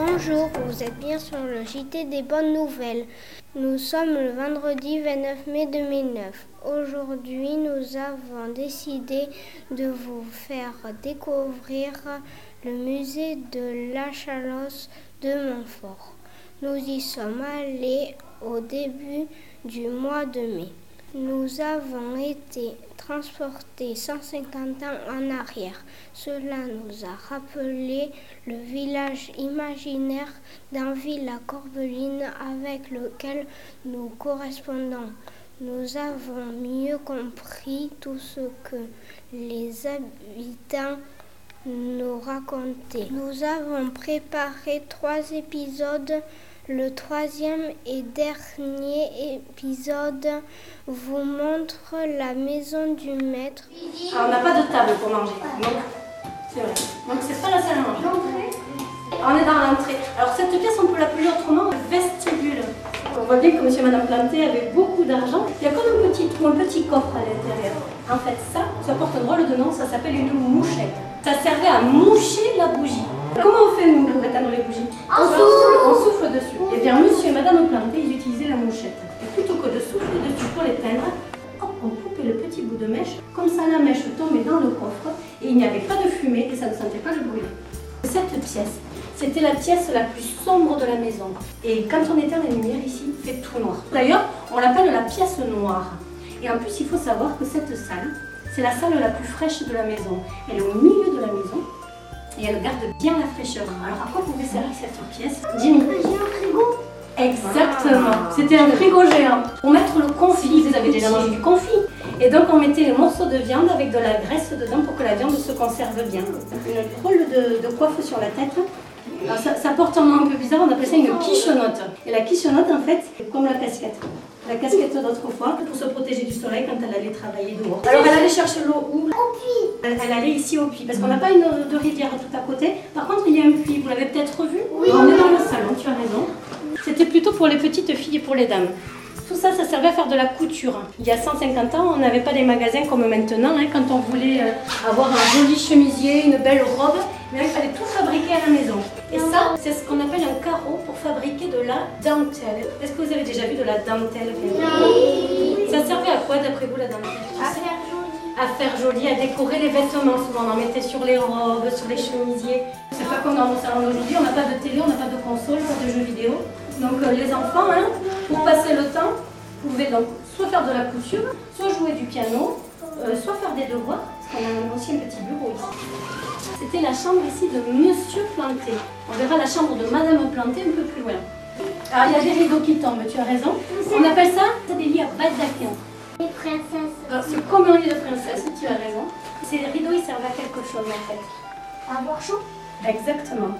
Bonjour, vous êtes bien sur le JT des bonnes nouvelles. Nous sommes le vendredi 29 mai 2009. Aujourd'hui, nous avons décidé de vous faire découvrir le musée de la Chalosse de Montfort. Nous y sommes allés au début du mois de mai. Nous avons été transportés 150 ans en arrière. Cela nous a rappelé le village imaginaire d'Anville-la-Corbeline avec lequel nous correspondons. Nous avons mieux compris tout ce que les habitants nous racontaient. Nous avons préparé 3 épisodes. Le 3e et dernier épisode vous montre la maison du maître. Alors, on n'a pas de table pour manger, donc c'est vrai. Donc c'est pas la salle à manger. On est dans l'entrée. Alors cette pièce, on peut l'appeler autrement le vestibule. On voit bien que monsieur et madame Planté avaient beaucoup d'argent. Il y a comme un petit coffre à l'intérieur. En fait, ça porte un drôle de nom, ça s'appelle une mouchette. Ça servait à moucher la bougie. Comment on fait nous pour éteindre les bougies? On souffle dessus. Et bien monsieur et madame Planté, ils utilisaient la mouchette. Et plutôt que de souffler dessus pour l'éteindre, hop, on coupait le petit bout de mèche. Comme ça, la mèche tombait dans le coffre et il n'y avait pas de fumée et ça ne sentait pas le brûler. Cette pièce, c'était la pièce la plus sombre de la maison. Et quand on éteint la lumière ici, il fait tout noir. D'ailleurs, on l'appelle la pièce noire. Et en plus, il faut savoir que cette salle, c'est la salle la plus fraîche de la maison. Elle est au milieu de la maison et elle garde bien la fraîcheur. Alors à quoi pouvait servir cette pièce? Jimmy? J'ai un frigo. Exactement. C'était un frigo géant. Pour mettre le confit, vous avez déjà mangé du confit. Et donc on mettait les morceaux de viande avec de la graisse dedans pour que la viande se conserve bien. Une drôle de coiffe sur la tête. Alors ça porte un nom un peu bizarre, on appelle ça une quichenotte. Et la quichenotte en fait, c'est comme la casquette. La casquette d'autrefois, pour se protéger du soleil quand elle allait travailler dehors. Alors elle allait chercher l'eau où? Au puits. Elle allait ici au puits, parce qu'on n'a pas une de rivière tout à côté. Par contre, il y a un puits, vous l'avez peut-être vu? Oui. On est dans le salon, tu as raison. C'était plutôt pour les petites filles et pour les dames. Tout ça, ça servait à faire de la couture. Il y a 150 ans, on n'avait pas des magasins comme maintenant. Quand on voulait avoir un joli chemisier, une belle robe, mais il fallait tout fabriquer à la maison. Et ça, c'est ce qu'on appelle un carreau pour fabriquer de la dentelle. Est-ce que vous avez déjà vu de la dentelle? Oui. Ça servait à quoi d'après vous la dentelle? À faire joli. À faire joli, à décorer les vêtements. Souvent on en mettait sur les robes, sur les chemisiers. C'est pas comme dans nos salons d'aujourd'hui, on n'a pas de télé, on n'a pas de console, pas de jeux vidéo. Donc les enfants, pour passer le temps, pouvaient donc soit faire de la couture, soit jouer du piano, soit faire des devoirs, parce qu'on a aussi un petit bureau ici. C'était la chambre ici de Monsieur Planté. On verra la chambre de Madame Planté un peu plus loin. Alors il y a des rideaux qui tombent, tu as raison. On appelle ça des lits à baldaquin. Les princesses. Alors c'est comme un lit de princesse, tu as raison. Ces rideaux, ils servent à quelque chose en fait. À avoir chaud. Exactement.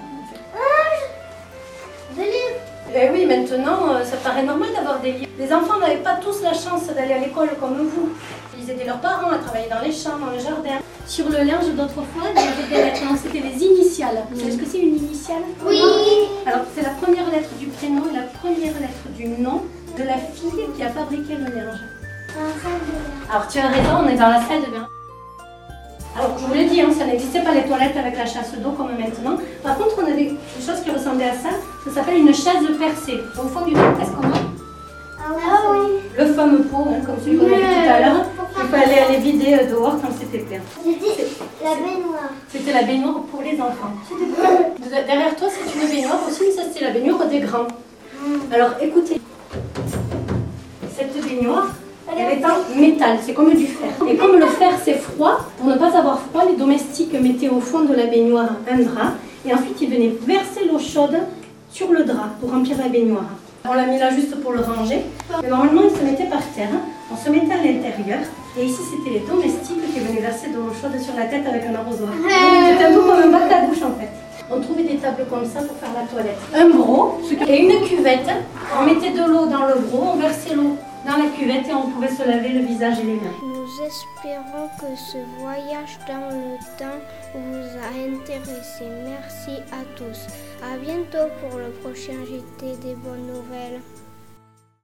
Des livres. Eh oui, maintenant, ça paraît normal d'avoir des livres. Les enfants n'avaient pas tous la chance d'aller à l'école comme vous. Ils aidaient leurs parents à travailler dans les champs, dans le jardin. Sur le linge d'autrefois, il y avait des lettres. C'était les initiales. Vous savez ce que c'est une initiale? Oui. Alors, c'est la première lettre du prénom et la première lettre du nom de la fille qui a fabriqué le linge. Alors, tu as raison, on est dans la salle de bain. Alors, je vous l'ai dit, ça n'existait pas les toilettes avec la chasse d'eau comme maintenant. Par contre, on avait des choses qui ressemblaient à ça. Ça s'appelle une chaise percée. Au fond du trou, qu'est-ce qu'on a? Ah oui. Le fameux pot, comme celui qu'on a vu tout à l'heure. Il fallait aller vider dehors quand c'était plein. C'était la baignoire. C'était la baignoire pour les enfants. Derrière toi, c'est une baignoire aussi, mais ça c'est la baignoire des grands. Alors, écoutez. Cette baignoire, elle est en métal, c'est comme du fer. Et comme le fer c'est froid, pour ne pas avoir froid, les domestiques mettaient au fond de la baignoire un drap et ensuite ils venaient verser l'eau chaude sur le drap pour remplir la baignoire. On l'a mis là juste pour le ranger. Mais normalement il se mettait par terre, on se mettait à l'intérieur et ici c'était les domestiques qui venaient verser de l'eau chaude sur la tête avec un arrosoir. C'était un peu comme un bac à douche en fait. On trouvait des tables comme ça pour faire la toilette. Un broc et une cuvette. On mettait de l'eau dans le broc, on versait l'eau dans la cuvette et on pouvait se laver le visage et les mains. Nous espérons que ce voyage dans le temps vous a intéressé. Merci à tous. À bientôt pour le prochain JT des bonnes nouvelles.